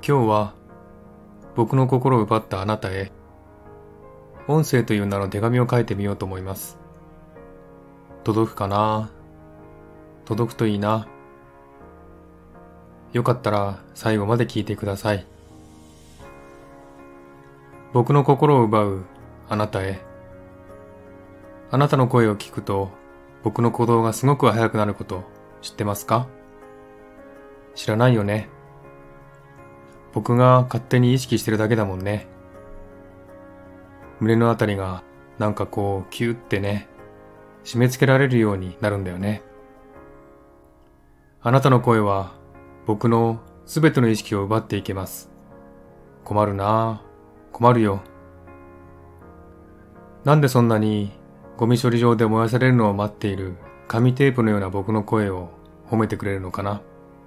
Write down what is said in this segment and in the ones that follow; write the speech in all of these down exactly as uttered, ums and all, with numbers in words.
今日は僕の心を奪ったあなたへ、音声という名の手紙を書いてみようと思います。届くかな？届くといいな。よかったら最後まで聞いてください。僕の心を奪うあなたへ。あなたの声を聞くと僕の鼓動がすごく速くなること知ってますか？知らないよね。僕が勝手に意識してるだけだもんね。胸のあたりがなんかこうキューってね、締め付けられるようになるんだよね。あなたの声は僕のすべての意識を奪っていけます。困るなあ、困るよ。なんでそんなにゴミ処理場で燃やされるのを待っている紙テープのような僕の声を褒めてくれるのかな。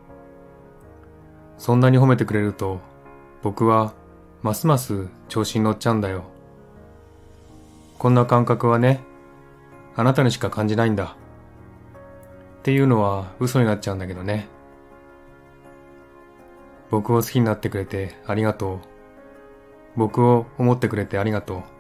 そんなに褒めてくれると僕はますます調子に乗っちゃうんだよ。こんな感覚はね、あなたにしか感じないんだっていうのは嘘になっちゃうんだけどね。僕を好きになってくれてありがとう。僕を思ってくれてありがとう。